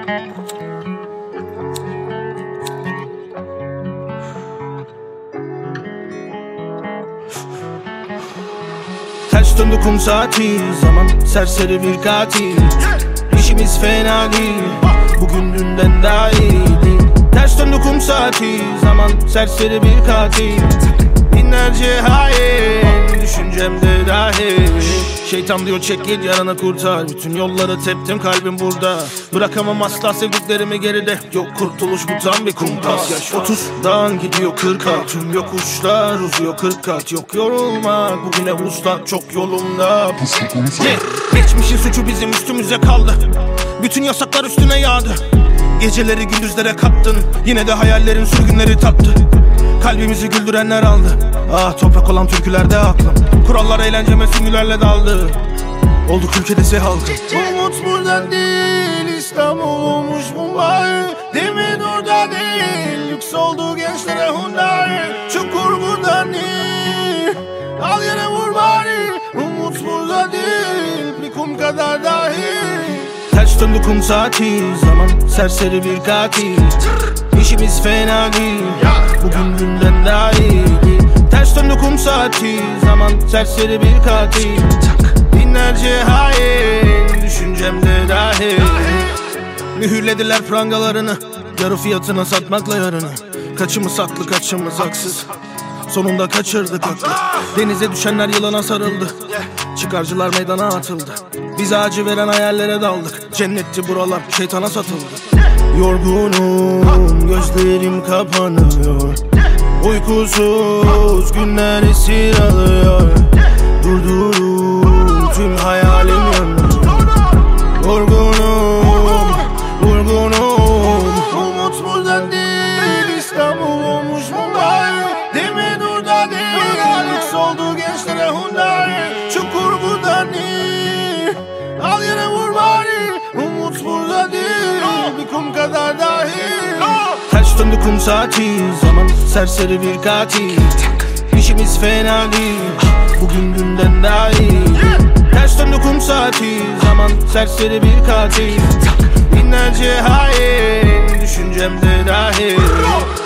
Ters döndü kum saati, zaman serseri bir katil. İşimiz fena değil, bugün dünden daha iyiydi. Ters döndü kum saati, zaman serseri bir katil. Binlerce hain, düşüncemde dahil. Şeytan diyor çek git yarana kurtar. Bütün yolları teptim, kalbim burada. Bırakamam asla sevdiklerimi geride. Yok kurtuluş bu tam bir kumpas. Yaş 30'dan gidiyor 40'a. Tüm yokuşlar uzuyor 40 kat. Yok yorulmak bugüne uslan, çok yolumda. Geçmişin suçu bizim üstümüze kaldı. Bütün yasaklar üstüne yağdı. Geceleri gündüzlere kattın, yine de hayallerin sürgünleri tattı. Kalbimizi güldürenler aldı. Ah toprak olan türkülerde aklım. Kurallar eğlenceme süngülerle daldı. Olduk ülkedesi halkı. Umut burada değil, İstanbul olmuş Mumbai. Demin orada değil, lüks oldu gençlere Hyundai. Çukur burada değil, al yere vur bari. Umut burada değil, bir kum kadar dahil. Ters döndü kum saati, zaman serseri bir katil. İşimiz fena değil, bugün dünden daha iyiydi. Ters döndü kum saati, zaman serseri bir katil. Binlerce hain, düşüncemde dahil. Mühürlediler prangalarını, yarı fiyatına satmakla yarını. Kaçımız haklı, kaçımız haksız. Sonunda kaçırdık aklı. Denize düşenler yılana sarıldı. Çıkarcılar meydana atıldı. Bize acı veren hayallere daldık. Cennetti buralar, şeytana satıldı. Yorgunum, gözlerim kapanıyor. Uykusuz günler esir alıyor. Durdurup tüm hayalim yanıyor. Yorgunum, vurgunum. Umut burada değil, İstanbul olmuş Mumbai. Demin orada değil, lüks oldu gençlere Hyundai. Çukur burada değil, al yere vur bari. Umut burada değil, bir kum kadar dahil. Ters döndü kum saati, zaman serseri bir katil. İşimiz fena değil, bugün dünden daha iyi. Ters döndü kum saati, zaman serseri bir katil. Binlerce hain, düşüncemde dahil.